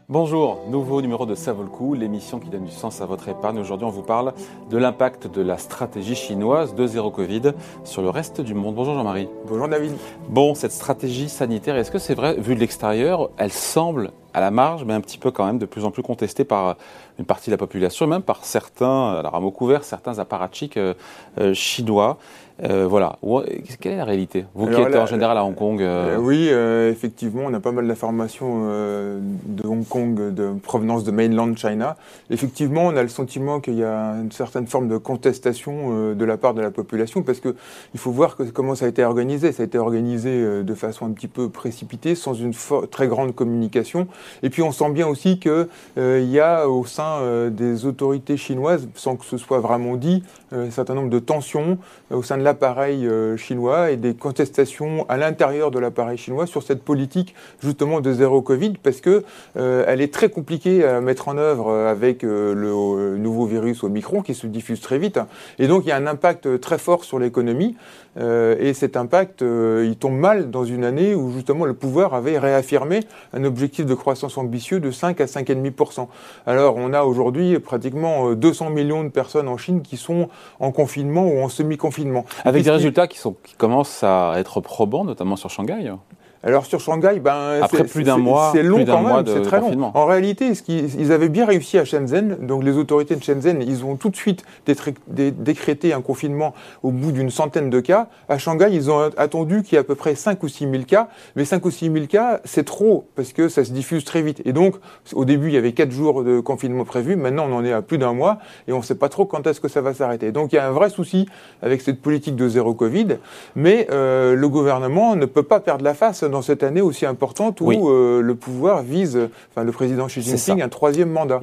Bonjour, nouveau numéro de Ça vaut le coup, l'émission qui donne du sens à votre épargne. Aujourd'hui, on vous parle de l'impact de la stratégie chinoise de zéro Covid sur le reste du monde. Bonjour Jean-Marie. Bonjour David. Bon, cette stratégie sanitaire, est-ce que c'est vrai, vu de l'extérieur, elle semble à la marge, mais un petit peu quand même de plus en plus contestée par une partie de la population, et même par certains, alors à mots couverts, certains apparatchiks chinois. Voilà. Quelle est la réalité? Vous qui êtes en général à Hong Kong. Oui, effectivement, on a pas mal d'informations de Hong Kong, de provenance de mainland China. Effectivement, on a le sentiment qu'il y a une certaine forme de contestation de la part de la population, parce que il faut voir comment ça a été organisé. Ça a été organisé de façon un petit peu précipitée, sans une très grande communication. Et puis on sent bien aussi que il y a au sein des autorités chinoises, sans que ce soit vraiment dit, un certain nombre de tensions au sein de l'appareil chinois et des contestations à l'intérieur de l'appareil chinois sur cette politique justement de zéro Covid, parce que elle est très compliquée à mettre en œuvre avec le nouveau virus Omicron qui se diffuse très vite. Et donc il y a un impact très fort sur l'économie. Et cet impact, il tombe mal dans une année où justement le pouvoir avait réaffirmé un objectif de croissance ambitieux de 5 à 5,5%. Alors on a aujourd'hui pratiquement 200 millions de personnes en Chine qui sont en confinement ou en semi-confinement. Avec des résultats qui commencent à être probants, notamment sur Shanghai. Alors sur Shanghai, après plus d'un mois, c'est long quand même, c'est très long. En réalité, ils avaient bien réussi à Shenzhen. Donc les autorités de Shenzhen, ils ont tout de suite décrété un confinement au bout d'une centaine de cas. À Shanghai, ils ont attendu qu'il y ait à peu près 5 ou 6 000 cas. Mais 5 ou 6 000 cas, c'est trop parce que ça se diffuse très vite. Et donc, au début, il y avait 4 jours de confinement prévus. Maintenant, on en est à plus d'un mois et on ne sait pas trop quand est-ce que ça va s'arrêter. Donc il y a un vrai souci avec cette politique de zéro Covid. Mais le gouvernement ne peut pas perdre la face dans cette année aussi importante où le pouvoir vise, le président Xi Jinping, un troisième mandat.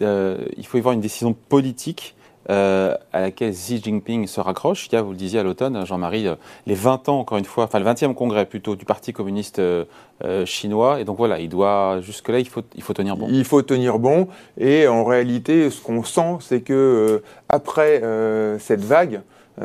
Il faut y voir une décision politique à laquelle Xi Jinping se raccroche. Il y a, vous le disiez à l'automne, Jean-Marie, les 20 ans, encore une fois, le 20e congrès plutôt du Parti communiste chinois. Et donc voilà, jusque-là, il faut tenir bon. Il faut tenir bon. Et en réalité, ce qu'on sent, c'est que après cette vague,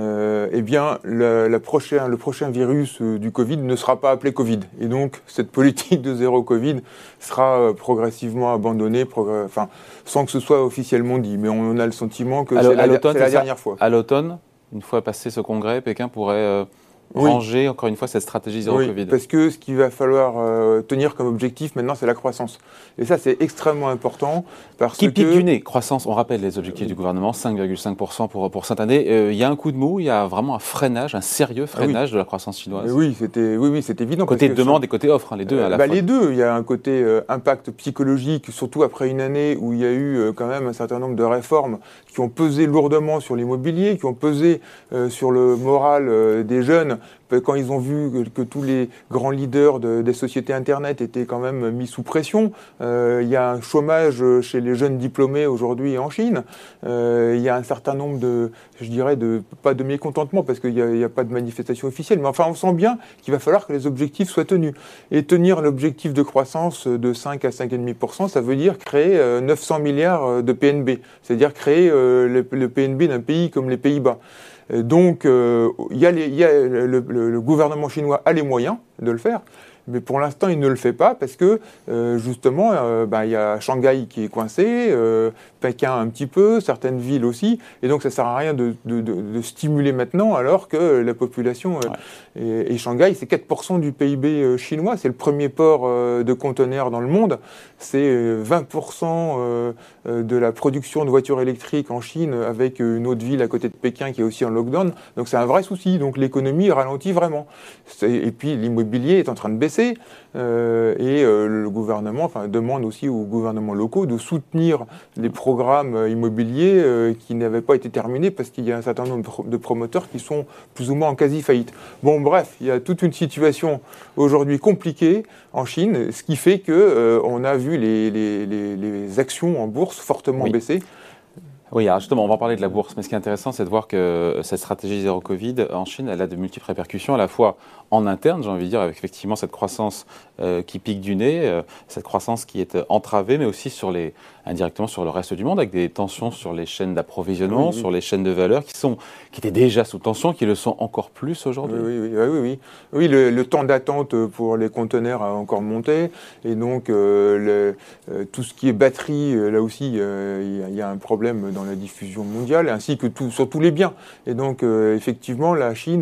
le prochain virus du Covid ne sera pas appelé Covid. Et donc, cette politique de zéro Covid sera progressivement abandonnée, sans que ce soit officiellement dit. Mais on a le sentiment que c'est la dernière fois. À l'automne, une fois passé ce congrès, Pékin pourrait ranger encore une fois cette stratégie zéro Covid. Parce que ce qu'il va falloir tenir comme objectif maintenant, c'est la croissance. Et ça, c'est extrêmement important. Qui pique du nez. Croissance, on rappelle les objectifs du gouvernement, 5,5% pour cette année. Il y a un coup de mou, il y a vraiment un freinage, un sérieux freinage de la croissance chinoise. Oui, c'est évident. Côté demande et côté offre, les deux à la fois. Les deux. Il y a un côté impact psychologique, surtout après une année où il y a eu quand même un certain nombre de réformes qui ont pesé lourdement sur l'immobilier, qui ont pesé sur le moral des jeunes, quand ils ont vu que tous les grands leaders des sociétés Internet étaient quand même mis sous pression. Il y a un chômage chez les jeunes diplômés aujourd'hui en Chine. Il y a un certain nombre pas de mécontentement parce qu'il n'y a pas de manifestation officielle, mais enfin on sent bien qu'il va falloir que les objectifs soient tenus. Et tenir l'objectif de croissance de 5 à 5,5%, ça veut dire créer 900 milliards de PNB, c'est-à-dire créer le PNB d'un pays comme les Pays-Bas. Donc, le gouvernement chinois a les moyens de le faire, mais pour l'instant, il ne le fait pas parce que, justement, il y a Shanghai qui est coincé, Pékin un petit peu, certaines villes aussi, et donc ça sert à rien de stimuler maintenant alors que la population et Shanghai, c'est 4% du PIB chinois, c'est le premier port de conteneurs dans le monde, c'est 20% de la production de voitures électriques en Chine avec une autre ville à côté de Pékin qui est aussi en lockdown, donc c'est un vrai souci, donc l'économie ralentit vraiment. Et puis l'immobilier est en train de baisser, le gouvernement demande aussi aux gouvernements locaux de soutenir les programmes immobiliers qui n'avaient pas été terminés parce qu'il y a un certain nombre de promoteurs qui sont plus ou moins en quasi-faillite. Bon, bref, il y a toute une situation aujourd'hui compliquée en Chine, ce qui fait que on a vu les actions en bourse fortement baisser. Oui, alors justement, on va en parler de la bourse, mais ce qui est intéressant, c'est de voir que cette stratégie zéro Covid en Chine, elle a de multiples répercussions, à la fois en interne, j'ai envie de dire, avec effectivement cette croissance qui pique du nez, cette croissance qui est entravée, mais aussi indirectement sur le reste du monde, avec des tensions sur les chaînes d'approvisionnement, sur les chaînes de valeur qui étaient déjà sous tension, qui le sont encore plus aujourd'hui. Oui, le temps d'attente pour les conteneurs a encore monté, et donc tout ce qui est batterie, là aussi, il y a un problème dans la diffusion mondiale, ainsi que sur tous les biens. Et donc, effectivement, la Chine,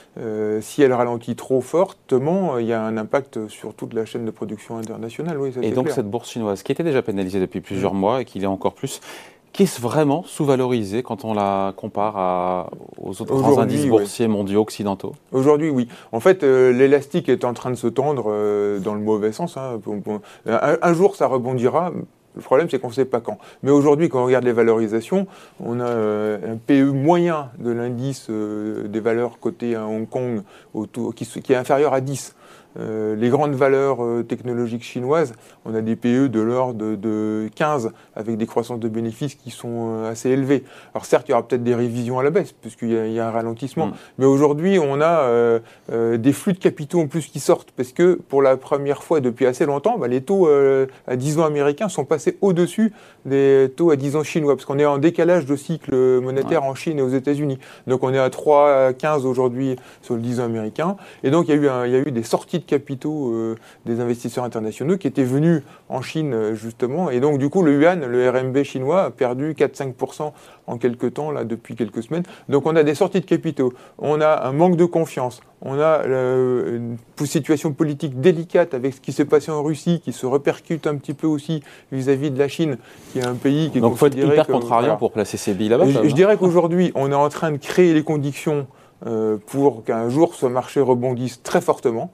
si elle ralentit trop fortement, il y a un impact sur toute la chaîne de production internationale. Oui, ça, et donc, clair. cette bourse chinoise, qui était déjà pénalisée depuis plusieurs mois et qui l'est encore plus, qui est vraiment sous-valorisée quand on la compare aux autres grands indices boursiers mondiaux occidentaux? Aujourd'hui, oui. En fait, l'élastique est en train de se tendre dans le mauvais sens. Hein. Un jour, ça rebondira. Le problème, c'est qu'on ne sait pas quand. Mais aujourd'hui, quand on regarde les valorisations, on a un PE moyen de l'indice des valeurs cotées à Hong Kong qui est inférieur à 10. Les grandes valeurs technologiques chinoises, on a des PE de l'ordre de 15, avec des croissances de bénéfices qui sont assez élevées. Alors certes, il y aura peut-être des révisions à la baisse, puisqu'il y a un ralentissement. Mais aujourd'hui, on a des flux de capitaux en plus qui sortent, parce que pour la première fois depuis assez longtemps, les taux à 10 ans américains sont passés au-dessus des taux à 10 ans chinois, parce qu'on est en décalage de cycle monétaire en Chine et aux États-Unis. Donc on est à 3,15 aujourd'hui sur le 10 ans américain. Et donc il y a eu des sorties de capitaux des investisseurs internationaux qui étaient venus en Chine justement, et donc du coup le yuan, le RMB chinois a perdu 4-5% en quelques temps là depuis quelques semaines. Donc on a des sorties de capitaux, on a un manque de confiance, on a une situation politique délicate avec ce qui s'est passé en Russie qui se répercute un petit peu aussi vis-à-vis de la Chine, qui est un pays qui est donc il faut être hyper contrariant pour placer ses billes là-bas. Je dirais qu'aujourd'hui on est en train de créer les conditions pour qu'un jour ce marché rebondisse très fortement.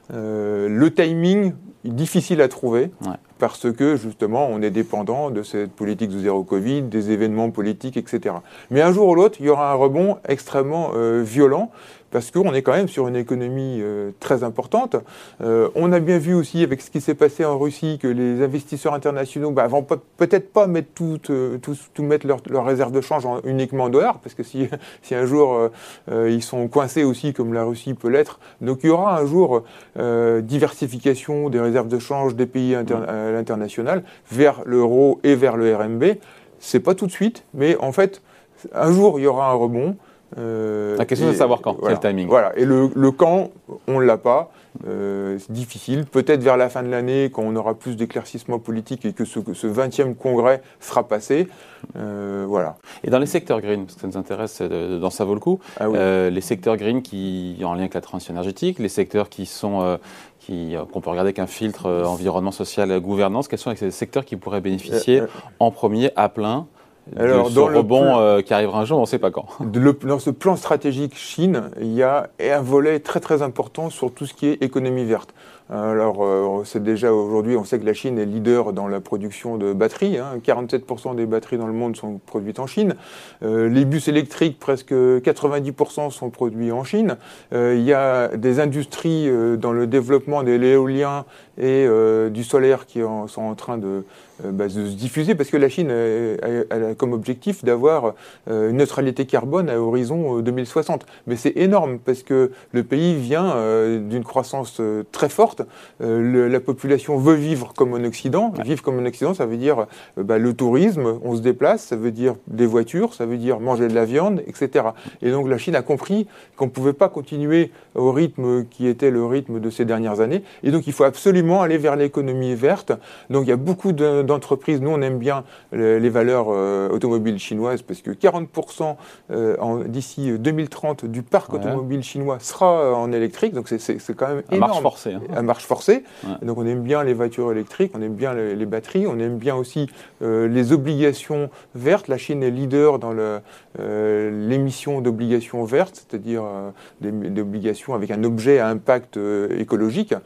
Le timing est difficile à trouver parce que justement on est dépendant de cette politique de zéro Covid, des événements politiques, etc. Mais un jour ou l'autre, il y aura un rebond extrêmement violent parce qu'on est quand même sur une économie très importante. On a bien vu aussi avec ce qui s'est passé en Russie que les investisseurs internationaux vont peut-être pas mettre tout mettre leurs réserves de change uniquement en dollars, parce que si un jour ils sont coincés aussi comme la Russie peut l'être, donc il y aura un jour diversification des réserves de change des pays à l'international vers l'euro et vers le RMB. C'est pas tout de suite, mais en fait, un jour il y aura un rebond. La question c'est de savoir quand, voilà, quel timing. Voilà. Et le quand, on ne l'a pas. C'est difficile. Peut-être vers la fin de l'année, quand on aura plus d'éclaircissements politiques et que ce 20e congrès sera passé. Voilà. Et dans les secteurs green, parce que ça nous intéresse, dans ça vaut le coup, les secteurs green qui en lien avec la transition énergétique, les secteurs qu'on peut regarder qu'un filtre environnement, social, gouvernance, quels sont les secteurs qui pourraient bénéficier en premier à plein de ce rebond qui arrivera un jour, on ne sait pas quand. Dans ce plan stratégique Chine, il y a un volet très très important sur tout ce qui est économie verte. Alors, c'est déjà aujourd'hui, on sait que la Chine est leader dans la production de batteries. 47% des batteries dans le monde sont produites en Chine. Les bus électriques, presque 90% sont produits en Chine. Il y a des industries dans le développement de l'éolien et du solaire qui sont en train de se diffuser, parce que la Chine elle a comme objectif d'avoir une neutralité carbone à horizon 2060. Mais c'est énorme, parce que le pays vient d'une croissance très forte. La population veut vivre comme en Occident. Vivre comme en Occident, ça veut dire le tourisme, on se déplace, ça veut dire des voitures, ça veut dire manger de la viande, etc. Et donc la Chine a compris qu'on ne pouvait pas continuer au rythme qui était le rythme de ces dernières années. Et donc il faut absolument aller vers l'économie verte. Donc il y a beaucoup d'entreprises. Nous, on aime bien les valeurs automobiles chinoises, parce que 40% d'ici 2030 du parc automobile chinois sera en électrique. Donc c'est quand même énorme. Marche forcée. À marche forcée. Donc on aime bien les voitures électriques, on aime bien les batteries, on aime bien aussi les obligations vertes. La Chine est leader dans l'émission d'obligations vertes, c'est-à-dire des obligations avec un objet à impact écologique.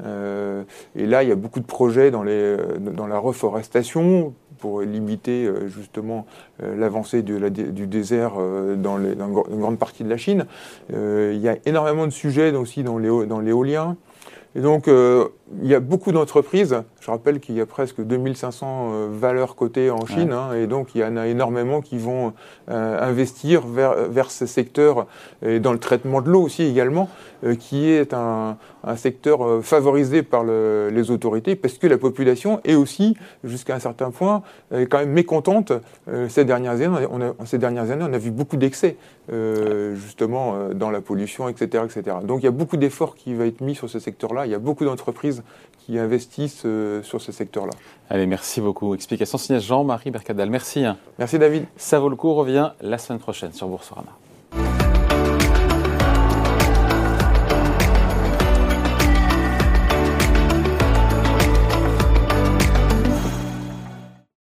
Et là, il y a beaucoup de projets dans la reforestation pour limiter justement l'avancée du désert dans une grande partie de la Chine. Il y a énormément de sujets aussi dans l'éolien. Et donc, il y a beaucoup d'entreprises. Je rappelle qu'il y a presque 2500 valeurs cotées en Chine, et donc il y en a énormément qui vont investir vers ces secteurs, et dans le traitement de l'eau aussi également, qui est un secteur favorisé par les autorités, parce que la population est aussi, jusqu'à un certain point, quand même mécontente. Ces dernières années, on a vu beaucoup d'excès, justement, dans la pollution, etc., etc. Donc il y a beaucoup d'efforts qui vont être mis sur ce secteur-là. Il y a beaucoup d'entreprises qui investissent sur ce secteur-là. Allez, merci beaucoup. Explication signée Jean-Marie Bercadal. Merci. Merci David. Ça vaut le coup, revient la semaine prochaine sur Boursorama.